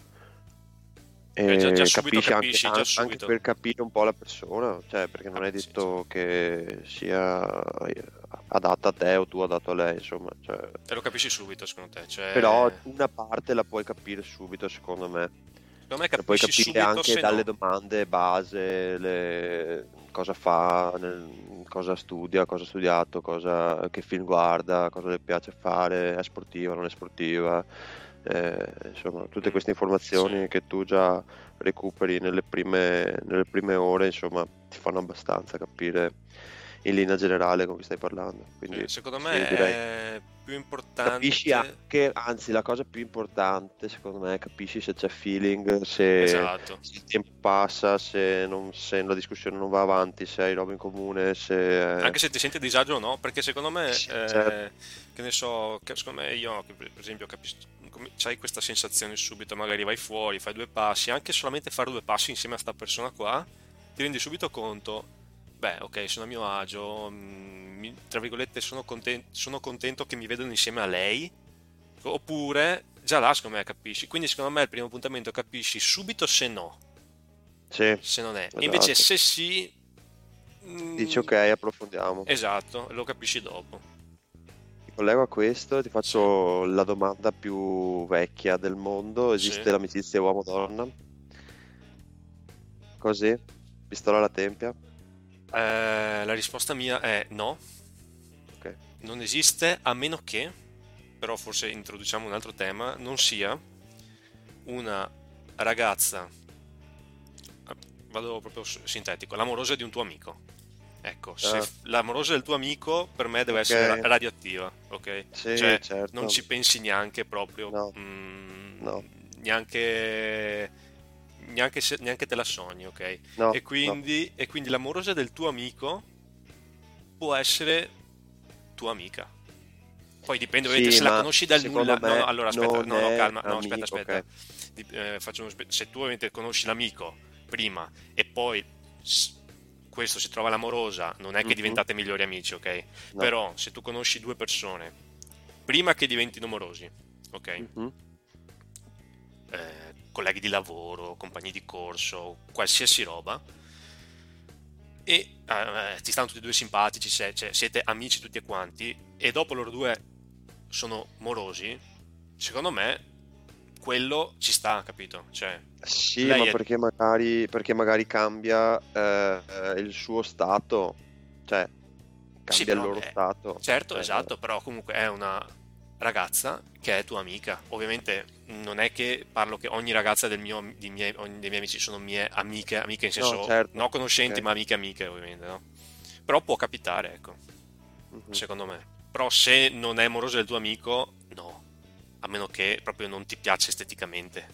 Speaker 2: Beh, già, già
Speaker 1: E
Speaker 2: subito
Speaker 1: capisci anche,
Speaker 2: capisci, già
Speaker 1: an- anche
Speaker 2: subito.
Speaker 1: per capire un po' la persona, cioè, perché non è
Speaker 2: Vabbè, sì, certo.
Speaker 1: detto che sia eh, adatta a te o tu adatto a lei, insomma. Cioè,
Speaker 2: E lo capisci subito, secondo te,
Speaker 1: però
Speaker 2: cioè...
Speaker 1: una parte la puoi capire subito, secondo me.
Speaker 2: Secondo me
Speaker 1: La puoi
Speaker 2: capisci
Speaker 1: capire
Speaker 2: subito
Speaker 1: anche
Speaker 2: se
Speaker 1: dalle
Speaker 2: no.
Speaker 1: domande base, le- cosa fa, nel- cosa studia, cosa ha studiato, cosa- che film guarda, cosa le piace fare, è sportiva, non è sportiva. Eh, insomma, tutte
Speaker 2: Mm,
Speaker 1: queste
Speaker 2: sì.
Speaker 1: informazioni che tu già recuperi nelle prime, nelle prime ore, insomma, ti fanno abbastanza capire in linea generale con chi stai parlando.
Speaker 2: Sì,
Speaker 1: Quindi
Speaker 2: secondo me
Speaker 1: sì, direi.
Speaker 2: è più
Speaker 1: Capisci
Speaker 2: importante.
Speaker 1: anche, anzi, la cosa più importante, secondo me, capisci se c'è feeling, se,
Speaker 2: Esatto.
Speaker 1: se il tempo passa, se, non- se la discussione non va avanti, se hai roba in comune, se... eh,
Speaker 2: Anche se ti senti a disagio o no, perché secondo me,
Speaker 1: sì, certo.
Speaker 2: eh, che ne so, che secondo me io, che per per esempio, capisco, c'hai questa sensazione subito, magari vai fuori, fai due passi, anche solamente fare due passi insieme a sta persona qua, ti rendi subito conto, beh, ok, sono a mio agio, mm, mi- tra virgolette, sono contento, sono contento che mi vedono insieme a lei, oppure già là, secondo me, capisci. Quindi, secondo me, il primo appuntamento capisci subito se no,
Speaker 1: Sì,
Speaker 2: se non è. E invece,
Speaker 1: esatto.
Speaker 2: se sì,
Speaker 1: Dici
Speaker 2: mm,
Speaker 1: ok, approfondiamo.
Speaker 2: esatto, lo capisci dopo.
Speaker 1: Mi collego a questo e ti
Speaker 2: Sì,
Speaker 1: faccio la domanda più vecchia del mondo.
Speaker 2: sì.
Speaker 1: Esiste l'amicizia uomo-donna? Così? Pistola alla tempia?
Speaker 2: Eh, la risposta mia è no,
Speaker 1: Ok.
Speaker 2: non esiste a meno che, però forse introduciamo un altro tema, non sia una ragazza, eh, vado proprio s- sintetico, l'amorosa di un tuo amico. Ecco, se
Speaker 1: Ah,
Speaker 2: f- l'amorosa del tuo amico per me deve essere ra-
Speaker 1: ok.
Speaker 2: radioattiva, ok?
Speaker 1: Sì,
Speaker 2: Cioè non
Speaker 1: certo.
Speaker 2: ci pensi neanche proprio,
Speaker 1: No,
Speaker 2: mm,
Speaker 1: no,
Speaker 2: neanche, neanche, se- neanche te la sogni, ok?
Speaker 1: no,
Speaker 2: E
Speaker 1: no.
Speaker 2: quindi, e quindi l'amorosa del tuo amico può essere tua amica. Poi dipende, ovviamente,
Speaker 1: Sì,
Speaker 2: se la
Speaker 1: ma
Speaker 2: conosci dal
Speaker 1: secondo
Speaker 2: nulla. No, no,
Speaker 1: me
Speaker 2: allora aspetta,
Speaker 1: non
Speaker 2: no, no,
Speaker 1: è
Speaker 2: calma, no, aspetta,
Speaker 1: amico,
Speaker 2: aspetta.
Speaker 1: ok?
Speaker 2: Dip- eh, faccio uno spe- se tu ovviamente conosci l'amico prima e poi s- questo si trova l'amorosa, non è che
Speaker 1: Mhm.
Speaker 2: diventate migliori amici, ok?
Speaker 1: No.
Speaker 2: Però se tu conosci due persone prima che diventino amorosi, ok?
Speaker 1: Mhm.
Speaker 2: Eh, colleghi di lavoro, compagni di corso, qualsiasi roba, e eh, ti stanno tutti e due simpatici, se- cioè, siete amici tutti e quanti, e dopo loro due sono morosi, secondo me quello ci sta, capito? Cioè,
Speaker 1: Sì, ma
Speaker 2: lei è...
Speaker 1: perché magari, perché magari cambia eh, eh, il suo stato, cioè
Speaker 2: Sì,
Speaker 1: cambia il
Speaker 2: però,
Speaker 1: loro
Speaker 2: beh,
Speaker 1: stato.
Speaker 2: certo,
Speaker 1: Eh,
Speaker 2: esatto, però comunque è una ragazza che è tua amica. Ovviamente non è che parlo che ogni ragazza del mio, di miei, ogni- dei miei amici sono mie amiche, amiche in
Speaker 1: no,
Speaker 2: senso
Speaker 1: certo.
Speaker 2: non conoscenti,
Speaker 1: Ok.
Speaker 2: ma amiche amiche, ovviamente, no? Però può capitare, ecco,
Speaker 1: Mhm.
Speaker 2: secondo me. Però se non è amoroso del tuo amico, no. A meno che proprio non ti piace esteticamente.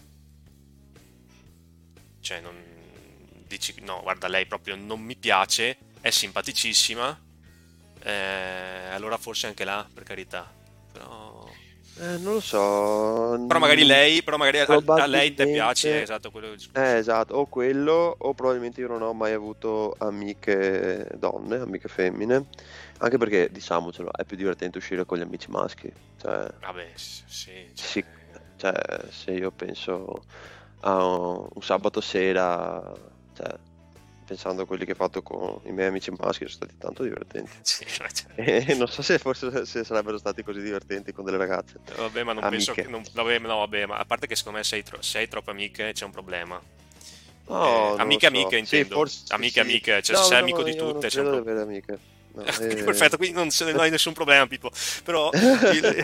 Speaker 2: Cioè, non dici no, guarda, lei proprio non mi piace, è simpaticissima, eh, allora forse anche là, per carità. Però,
Speaker 1: Eh, non lo so.
Speaker 2: però magari
Speaker 1: mm,
Speaker 2: lei, però magari a, a lei te piace, è
Speaker 1: Probabilmente.
Speaker 2: esatto quello è il
Speaker 1: Eh,
Speaker 2: discorso.
Speaker 1: esatto, o quello, o probabilmente io non ho mai avuto amiche donne, amiche femmine, anche perché, diciamocelo, è più divertente uscire con gli amici maschi. Cioè,
Speaker 2: Vabbè, s- sì, cioè,
Speaker 1: sì, cioè, se io penso a un, un sabato sera, cioè, pensando a quelli che ho fatto con i miei amici maschi, sono stati tanto divertenti.
Speaker 2: sì, cioè,
Speaker 1: E non so se forse se sarebbero stati così divertenti con delle ragazze,
Speaker 2: vabbè, ma non penso che,
Speaker 1: amiche.
Speaker 2: non, vabbè, no, vabbè, ma a parte che secondo me sei, tro- sei troppo amiche, c'è un problema. Eh,
Speaker 1: No, non lo
Speaker 2: amiche
Speaker 1: so.
Speaker 2: amiche
Speaker 1: Sì,
Speaker 2: intendo,
Speaker 1: forse
Speaker 2: amiche
Speaker 1: sì.
Speaker 2: amiche, cioè se
Speaker 1: No,
Speaker 2: sei amico
Speaker 1: no,
Speaker 2: di
Speaker 1: io non
Speaker 2: tutte c'è un
Speaker 1: credo di
Speaker 2: problema.
Speaker 1: avere amiche. No,
Speaker 2: Perfetto,
Speaker 1: eh.
Speaker 2: quindi non, se ne- non hai nessun problema, Pippo. Però, il-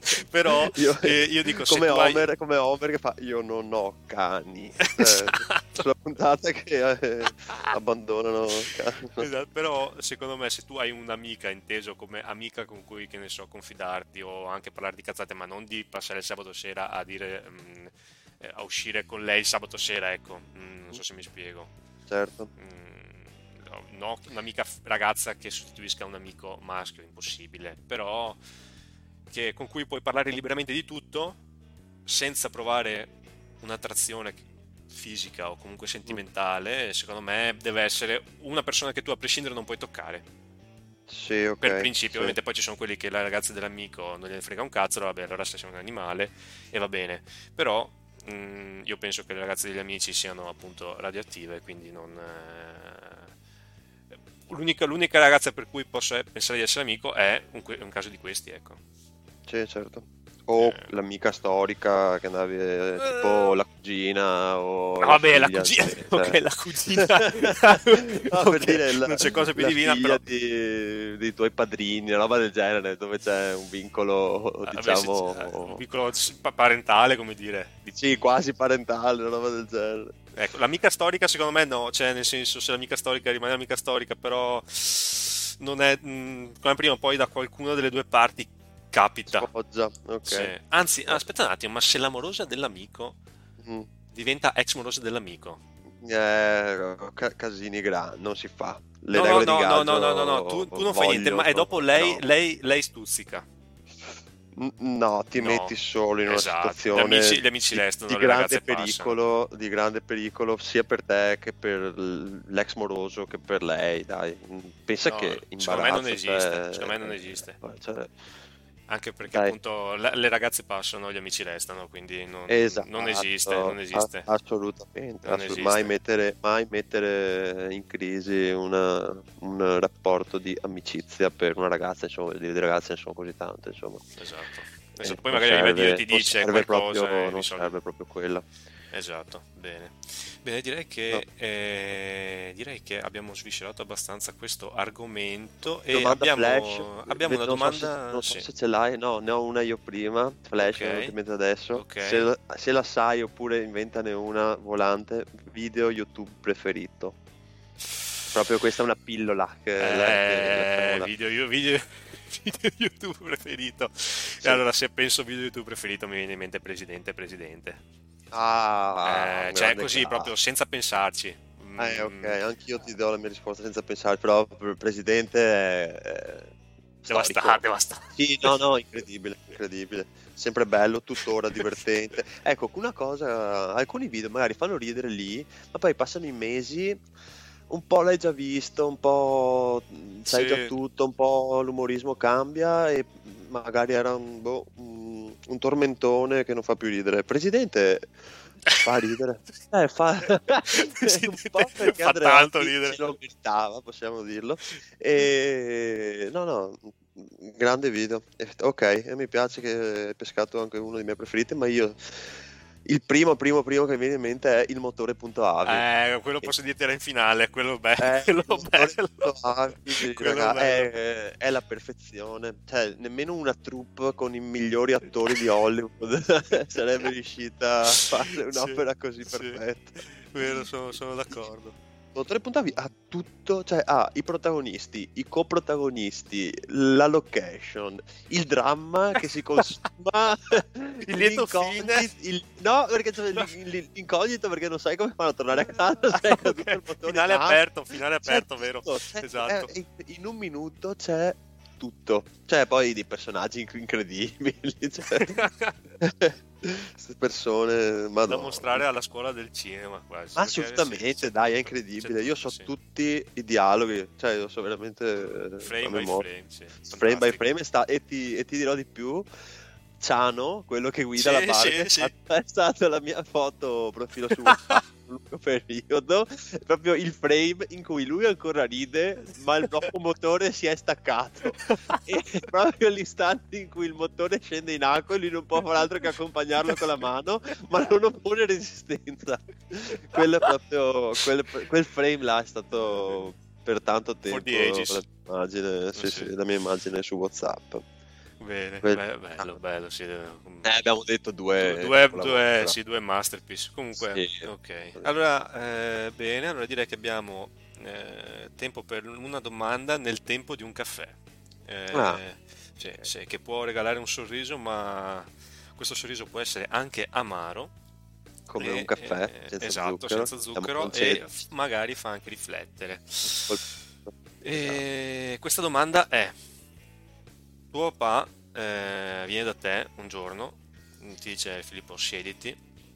Speaker 2: però
Speaker 1: Io,
Speaker 2: eh, io dico, se
Speaker 1: come
Speaker 2: tu hai...
Speaker 1: Homer, come Homer che fa, io non ho cani. Eh,
Speaker 2: Esatto.
Speaker 1: sulla puntata che eh, abbandonano.
Speaker 2: Esatto, però secondo me se tu hai un'amica inteso come amica con cui, che ne so, confidarti o anche parlare di cazzate, ma non di passare il sabato sera a dire mm, eh, a uscire con lei il sabato sera, ecco, mm, non so se mi spiego.
Speaker 1: Certo.
Speaker 2: Mm, no, no, un'amica f- ragazza che sostituisca un amico maschio, impossibile, però che, con cui puoi parlare liberamente di tutto senza provare un'attrazione fisica o comunque sentimentale. Secondo me deve essere una persona che tu a prescindere non puoi toccare.
Speaker 1: Sì, ok.
Speaker 2: Per principio,
Speaker 1: Sì.
Speaker 2: ovviamente poi ci sono quelli che la ragazza dell'amico non gliene frega un cazzo, vabbè, allora se sei un animale e va bene. Però mh, io penso che le ragazze degli amici siano appunto radioattive, quindi non... eh, L'unica, l'unica ragazza per cui posso pensare di essere amico è un, que- un caso di questi, ecco.
Speaker 1: Sì, certo. O
Speaker 2: Eh,
Speaker 1: l'amica storica che andavi, eh, tipo la cugina o
Speaker 2: No,
Speaker 1: la
Speaker 2: vabbè, la
Speaker 1: figlia,
Speaker 2: cugina,
Speaker 1: sì,
Speaker 2: ok,
Speaker 1: cioè.
Speaker 2: la cugina,
Speaker 1: No, per
Speaker 2: ok,
Speaker 1: dire la,
Speaker 2: non c'è cosa più
Speaker 1: la
Speaker 2: divina,
Speaker 1: figlia
Speaker 2: però,
Speaker 1: di- dei tuoi padrini, una roba del genere, dove c'è un vincolo,
Speaker 2: vabbè, se c'è un
Speaker 1: diciamo,
Speaker 2: piccolo pa- parentale, come dire, di-
Speaker 1: sì, quasi parentale, una roba del genere.
Speaker 2: ecco, l'amica storica secondo me no, cioè nel senso se l'amica storica rimane amica storica, però non è, mh, come prima o poi da qualcuna delle due parti capita.
Speaker 1: Sfoggia,
Speaker 2: Sì.
Speaker 1: ok.
Speaker 2: Anzi, aspetta un attimo, ma se l'amorosa dell'amico
Speaker 1: Mm.
Speaker 2: diventa ex morosa dell'amico?
Speaker 1: Eh, ca- casini grandi, non si fa. Le
Speaker 2: No, no,
Speaker 1: regole di
Speaker 2: no, no, no, no, no, no,
Speaker 1: gaggio
Speaker 2: tu, tu non fai niente, ma è dopo
Speaker 1: vogliono,
Speaker 2: lei,
Speaker 1: no.
Speaker 2: lei, lei stuzzica.
Speaker 1: N- No, ti
Speaker 2: No,
Speaker 1: metti solo in una
Speaker 2: esatto. Gli
Speaker 1: situazione
Speaker 2: amici, gli amici
Speaker 1: di,
Speaker 2: restano,
Speaker 1: di
Speaker 2: le
Speaker 1: grande
Speaker 2: ragazze passano.
Speaker 1: pericolo, di grande pericolo sia per te che per l- l'ex moroso che per lei, dai. Pensa
Speaker 2: No,
Speaker 1: che
Speaker 2: secondo me non
Speaker 1: imbarazzo,
Speaker 2: esiste.
Speaker 1: cioè,
Speaker 2: Secondo me non esiste.
Speaker 1: eh, cioè,
Speaker 2: Anche perché
Speaker 1: dai.
Speaker 2: appunto la- le ragazze passano, gli amici restano, quindi non, non esiste, non
Speaker 1: Esatto, a-
Speaker 2: esiste.
Speaker 1: assolutamente,
Speaker 2: Non
Speaker 1: assolut- mai
Speaker 2: esiste.
Speaker 1: mettere, mai mettere in crisi una- un rapporto di amicizia per una ragazza, insomma, di di ragazze ne sono così tante, insomma.
Speaker 2: Esatto.
Speaker 1: Eh,
Speaker 2: Esatto. Poi
Speaker 1: non
Speaker 2: magari arriva Dio e
Speaker 1: serve,
Speaker 2: ti
Speaker 1: non
Speaker 2: dice
Speaker 1: serve
Speaker 2: qualcosa
Speaker 1: proprio,
Speaker 2: e
Speaker 1: non
Speaker 2: risolve.
Speaker 1: serve proprio quella.
Speaker 2: Esatto, bene. Bene, direi
Speaker 1: No.
Speaker 2: che, eh, direi che abbiamo sviscerato abbastanza questo argomento e
Speaker 1: Domanda flash,
Speaker 2: abbiamo, abbiamo una
Speaker 1: non so se,
Speaker 2: domanda.
Speaker 1: non so
Speaker 2: Sì,
Speaker 1: se ce l'hai, no, ne ho una io prima, flash, mi è venuta
Speaker 2: ok,
Speaker 1: in mente adesso.
Speaker 2: ok.
Speaker 1: Se la, se la sai oppure inventane una volante, video YouTube preferito. Proprio questa è una pillola che, la- che lasciamo
Speaker 2: Eh,
Speaker 1: là.
Speaker 2: video, io- video, video YouTube preferito. E
Speaker 1: Sì.
Speaker 2: allora, se penso video YouTube preferito, mi viene in mente Presidente, Presidente.
Speaker 1: Ah,
Speaker 2: Eh,
Speaker 1: un
Speaker 2: cioè,
Speaker 1: grande
Speaker 2: così, proprio
Speaker 1: classico.
Speaker 2: senza pensarci.
Speaker 1: Eh, ok,
Speaker 2: Mm,
Speaker 1: anch'io ti do la mia risposta senza pensare, però per il presidente è, è
Speaker 2: devastante,
Speaker 1: storico.
Speaker 2: devastante.
Speaker 1: Sì, no, no, incredibile, incredibile. Sempre bello, tuttora divertente. Ecco, una cosa, alcuni video magari fanno ridere lì, ma poi passano i mesi, un po' l'hai già visto, un po' sai già
Speaker 2: Sì.
Speaker 1: tutto, un po' l'umorismo cambia e magari era un, boh, un, un tormentone che non fa più ridere. Presidente fa ridere. Eh, fa un po' perché
Speaker 2: Fa tanto
Speaker 1: Andreotti
Speaker 2: ridere.
Speaker 1: se lo meritava, possiamo dirlo. E no, no, grande video. E- Ok, e mi piace che hai pescato anche uno dei miei preferiti, ma io il primo, primo, primo che mi viene in mente è il motore.avi.
Speaker 2: Eh, quello posso dirti era in finale, quello bello.
Speaker 1: Eh,
Speaker 2: Quello
Speaker 1: il motore
Speaker 2: bello.
Speaker 1: punto avi,
Speaker 2: Quello
Speaker 1: raga,
Speaker 2: bello.
Speaker 1: è, è la perfezione. Cioè, nemmeno una troupe con i migliori attori di Hollywood sarebbe riuscita a fare un'opera
Speaker 2: Sì,
Speaker 1: così
Speaker 2: sì.
Speaker 1: perfetta.
Speaker 2: Vero, sono, sono d'accordo.
Speaker 1: Motore punto avi ha tutto, cioè ha i protagonisti, i coprotagonisti, la location, il dramma che si consuma,
Speaker 2: Il lieto
Speaker 1: l'incognito,
Speaker 2: fine.
Speaker 1: il- no, perché c'è
Speaker 2: No.
Speaker 1: l- l- l'incognito perché non sai come fanno a tornare a casa, se è caduto
Speaker 2: Ok,
Speaker 1: il motore
Speaker 2: finale
Speaker 1: in acqua.
Speaker 2: aperto, finale
Speaker 1: C'è
Speaker 2: aperto, vero?
Speaker 1: tutto, c'è-
Speaker 2: Esatto.
Speaker 1: è- in un minuto c'è tutto, c'è poi dei personaggi inc- incredibili, cioè, queste persone,
Speaker 2: Da
Speaker 1: madonna.
Speaker 2: mostrare alla scuola del cinema quasi.
Speaker 1: Ma
Speaker 2: perché
Speaker 1: assolutamente,
Speaker 2: sì, c'è
Speaker 1: dai, è
Speaker 2: tutto,
Speaker 1: incredibile.
Speaker 2: c'è
Speaker 1: Io
Speaker 2: tutto,
Speaker 1: so
Speaker 2: sì.
Speaker 1: tutti i dialoghi, cioè io so veramente eh,
Speaker 2: Frame
Speaker 1: a
Speaker 2: by
Speaker 1: memoria.
Speaker 2: frame, sì.
Speaker 1: Frame by
Speaker 2: Fantastico.
Speaker 1: frame e, sta- e ti, e ti dirò di più. Ciano, quello che guida
Speaker 2: Sì,
Speaker 1: la barca,
Speaker 2: sì,
Speaker 1: è,
Speaker 2: sì.
Speaker 1: stata, è stata la mia foto profilo su WhatsApp per un lungo periodo. È proprio il frame in cui lui ancora ride, ma il blocco motore si è staccato. E proprio l'istante in cui il motore scende in acqua e lui non può fare altro che accompagnarlo con la mano, ma non oppone resistenza. Quello è proprio quel, quel frame là è stato per tanto
Speaker 2: For
Speaker 1: tempo
Speaker 2: the ages.
Speaker 1: la mia immagine, sì,
Speaker 2: Sì.
Speaker 1: sì, la mia immagine su WhatsApp.
Speaker 2: Bene,
Speaker 1: Quel-
Speaker 2: beh,
Speaker 1: ah,
Speaker 2: bello, bello, sì. eh,
Speaker 1: eh, abbiamo detto
Speaker 2: Due,
Speaker 1: due
Speaker 2: due-
Speaker 1: capolavori,
Speaker 2: due-
Speaker 1: però.
Speaker 2: sì, due masterpiece. Comunque,
Speaker 1: Sì.
Speaker 2: ok. Allora, eh, bene, allora direi che abbiamo eh, tempo per una domanda nel tempo di un caffè.
Speaker 1: Ah,
Speaker 2: Eh, sì,
Speaker 1: ok.
Speaker 2: sì, che può regalare un sorriso, ma questo sorriso può essere anche amaro.
Speaker 1: Come un
Speaker 2: E,
Speaker 1: caffè
Speaker 2: eh,
Speaker 1: senza
Speaker 2: esatto,
Speaker 1: zucchero,
Speaker 2: senza
Speaker 1: siamo
Speaker 2: zucchero e
Speaker 1: concedi.
Speaker 2: f- magari fa anche riflettere.
Speaker 1: Col- Esatto.
Speaker 2: E questa domanda è: tuo papà eh, viene da te un giorno, ti dice Filippo, siediti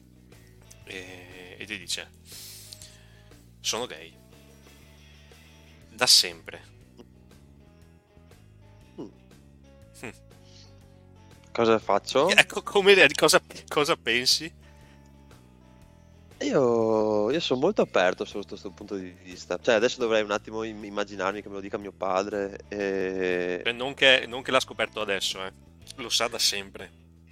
Speaker 2: e, e ti dice: sono gay, da sempre.
Speaker 1: Mm.
Speaker 2: Hm.
Speaker 1: Cosa faccio?
Speaker 2: Ecco, come, re- cosa, cosa pensi?
Speaker 1: Io, io sono molto aperto sotto questo punto di vista. Cioè, adesso dovrei un attimo im- immaginarmi che me lo dica mio padre. E...
Speaker 2: Cioè, non che, non che l'ha scoperto adesso, eh. Lo sa da sempre.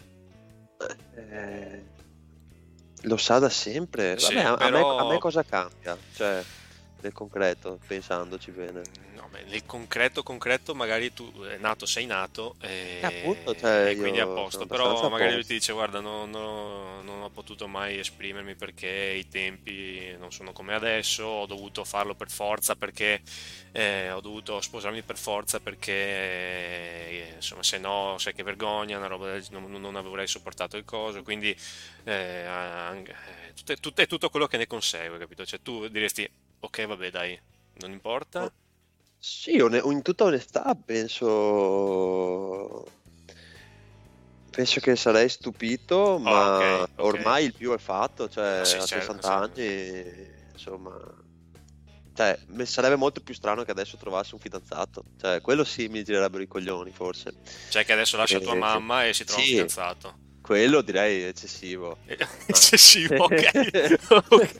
Speaker 1: eh, Lo sa da sempre. Vabbè,
Speaker 2: Sì,
Speaker 1: a, a me, a me
Speaker 2: però
Speaker 1: cosa cambia? Cioè, nel concreto, pensandoci bene.
Speaker 2: no, beh, nel concreto, concreto, magari tu è nato, sei nato
Speaker 1: E appunto,
Speaker 2: e,
Speaker 1: cioè,
Speaker 2: e quindi è a
Speaker 1: io sono
Speaker 2: posto,
Speaker 1: abbastanza
Speaker 2: però
Speaker 1: a
Speaker 2: magari lui ti
Speaker 1: posto.
Speaker 2: dice: guarda, no- no- non ho potuto mai esprimermi perché i tempi non sono come adesso, ho dovuto farlo per forza perché eh, ho dovuto sposarmi per forza perché eh, insomma, se no, sai che vergogna, una roba del- non, non avrei sopportato il coso, quindi eh, anche- eh, tutto, tutto- è tutto quello che ne consegue, capito? Cioè tu diresti: ok, vabbè, dai, non importa.
Speaker 1: Oh, sì, one- in tutta onestà penso, penso che sarei stupito,
Speaker 2: Ah, ok,
Speaker 1: ma
Speaker 2: ok.
Speaker 1: ormai il più è fatto,
Speaker 2: Ah,
Speaker 1: cioè
Speaker 2: sì,
Speaker 1: a
Speaker 2: certo,
Speaker 1: sessanta
Speaker 2: sì.
Speaker 1: anni, insomma, cioè, mi sarebbe molto più strano che adesso trovassi un fidanzato, cioè quello sì mi girerebbero i coglioni forse.
Speaker 2: Cioè che adesso lascia tua
Speaker 1: E-
Speaker 2: mamma e si trova un
Speaker 1: sì,
Speaker 2: fidanzato.
Speaker 1: quello direi eccessivo.
Speaker 2: Eh,
Speaker 1: Ma-
Speaker 2: Eccessivo, ok. Ok.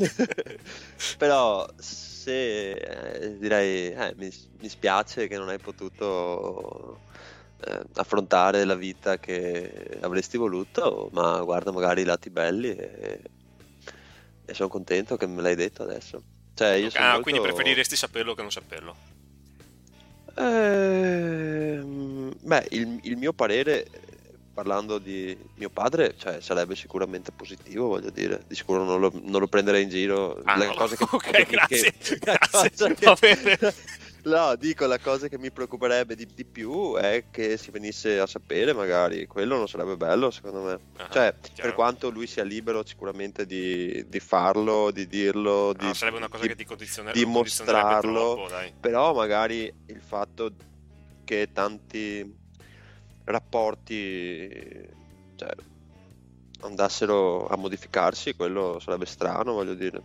Speaker 1: Però se eh, direi eh, mi, mi spiace che non hai potuto eh, affrontare la vita che avresti voluto, ma guarda magari i lati belli e, e sono contento che me l'hai detto adesso. Cioè io
Speaker 2: Ok,
Speaker 1: sono
Speaker 2: ah, quindi
Speaker 1: molto...
Speaker 2: preferiresti saperlo che non saperlo.
Speaker 1: Ehm, beh, il, il mio parere, eh, parlando di mio padre, cioè, sarebbe sicuramente positivo, voglio dire, di sicuro non lo, non lo prenderei in giro.
Speaker 2: Ah,
Speaker 1: La
Speaker 2: no, no.
Speaker 1: cosa che, che
Speaker 2: Ok,
Speaker 1: mi, che-
Speaker 2: grazie.
Speaker 1: la
Speaker 2: Grazie.
Speaker 1: cosa
Speaker 2: Va
Speaker 1: che-
Speaker 2: bene.
Speaker 1: no, dico, la cosa che mi preoccuperebbe di, di più è che si venisse a sapere, magari, quello non sarebbe bello, secondo me.
Speaker 2: Ah,
Speaker 1: Cioè, per
Speaker 2: chiaro.
Speaker 1: quanto lui sia libero sicuramente di, di farlo, di dirlo,
Speaker 2: Ah,
Speaker 1: di,
Speaker 2: sarebbe una cosa
Speaker 1: di
Speaker 2: che ti condizione-
Speaker 1: di
Speaker 2: lo condizionerebbe
Speaker 1: mostrarlo,
Speaker 2: troppo, dai.
Speaker 1: però magari il fatto che tanti rapporti, cioè, andassero a modificarsi, quello sarebbe strano, voglio dire.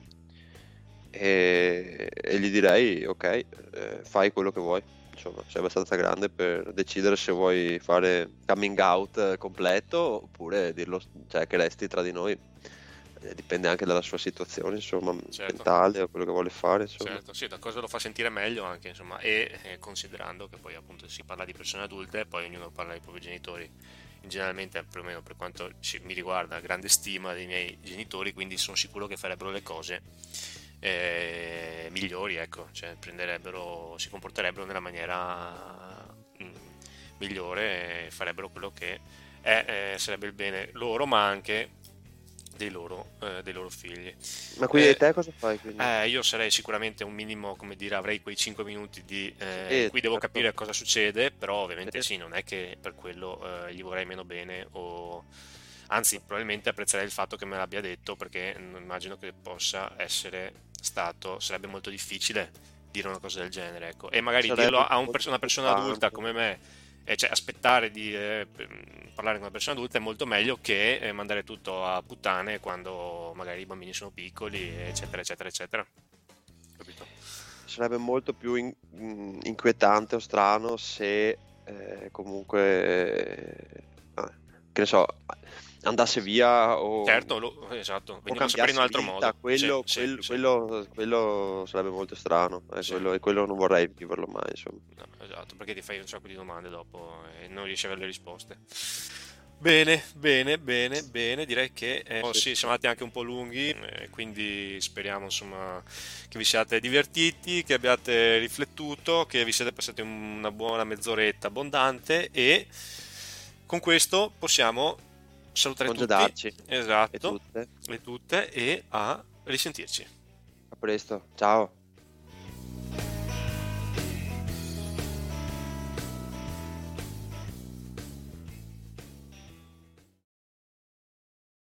Speaker 1: E, e gli direi, ok, eh, fai quello che vuoi. Insomma, sei abbastanza grande per decidere se vuoi fare coming out eh, completo oppure dirlo, cioè, che resti tra di noi. Eh, dipende anche dalla sua situazione, insomma,
Speaker 2: Certo.
Speaker 1: mentale o quello che vuole fare, insomma.
Speaker 2: Certo, sì, da cosa lo fa sentire meglio anche, insomma, e eh, considerando che poi appunto si parla di persone adulte, poi ognuno parla dei propri genitori. Generalmente, perlomeno per quanto ci- mi riguarda, grande stima dei miei genitori, quindi sono sicuro che farebbero le cose eh, migliori, ecco, cioè prenderebbero, si comporterebbero nella maniera mm, migliore e farebbero quello che è, eh, sarebbe il bene loro, ma anche dei loro, eh, dei loro figli.
Speaker 1: Ma quindi
Speaker 2: Eh,
Speaker 1: te cosa fai quindi?
Speaker 2: eh, io sarei sicuramente un minimo, come dire, avrei quei cinque minuti di, eh, in
Speaker 1: Sì,
Speaker 2: cui devo
Speaker 1: certo.
Speaker 2: capire cosa succede, però ovviamente
Speaker 1: Sì.
Speaker 2: sì, non è che per quello eh, gli vorrei meno bene o anzi, probabilmente apprezzerei il fatto che me l'abbia detto perché mm, immagino che possa essere stato, sarebbe molto difficile dire una cosa del genere, ecco. E magari dirlo
Speaker 1: Sarebbe
Speaker 2: a un
Speaker 1: molto
Speaker 2: pers- una persona adulta
Speaker 1: preoccupante.
Speaker 2: come me, e cioè aspettare di eh, p- parlare con una persona adulta è molto meglio che eh, mandare tutto a puttane quando magari i bambini sono piccoli, eccetera, eccetera, eccetera. Capito?
Speaker 1: Sarebbe molto più in- in- inquietante o strano se eh, comunque, eh, ah, che ne so, andasse via o,
Speaker 2: Certo, lo- esatto,
Speaker 1: o
Speaker 2: veniva sempre in un
Speaker 1: cambiasse
Speaker 2: altro
Speaker 1: vita.
Speaker 2: modo. Sì,
Speaker 1: Quello,
Speaker 2: sì,
Speaker 1: quel-
Speaker 2: sì,
Speaker 1: quello- quello sarebbe molto strano, eh,
Speaker 2: sì.
Speaker 1: quello- e quello non vorrei viverlo mai, insomma.
Speaker 2: No, esatto, perché ti fai un sacco di domande dopo e non riesci a avere le risposte. Bene, bene, bene, bene, direi che eh, oh, sì, siamo andati anche un po' lunghi, eh, quindi speriamo insomma che vi siate divertiti, che abbiate riflettuto, che vi siete passati una buona mezz'oretta abbondante e con questo possiamo salutare tutti,
Speaker 1: Congedarci. E
Speaker 2: esatto,
Speaker 1: tutte.
Speaker 2: e tutte e a risentirci.
Speaker 1: A presto. Ciao.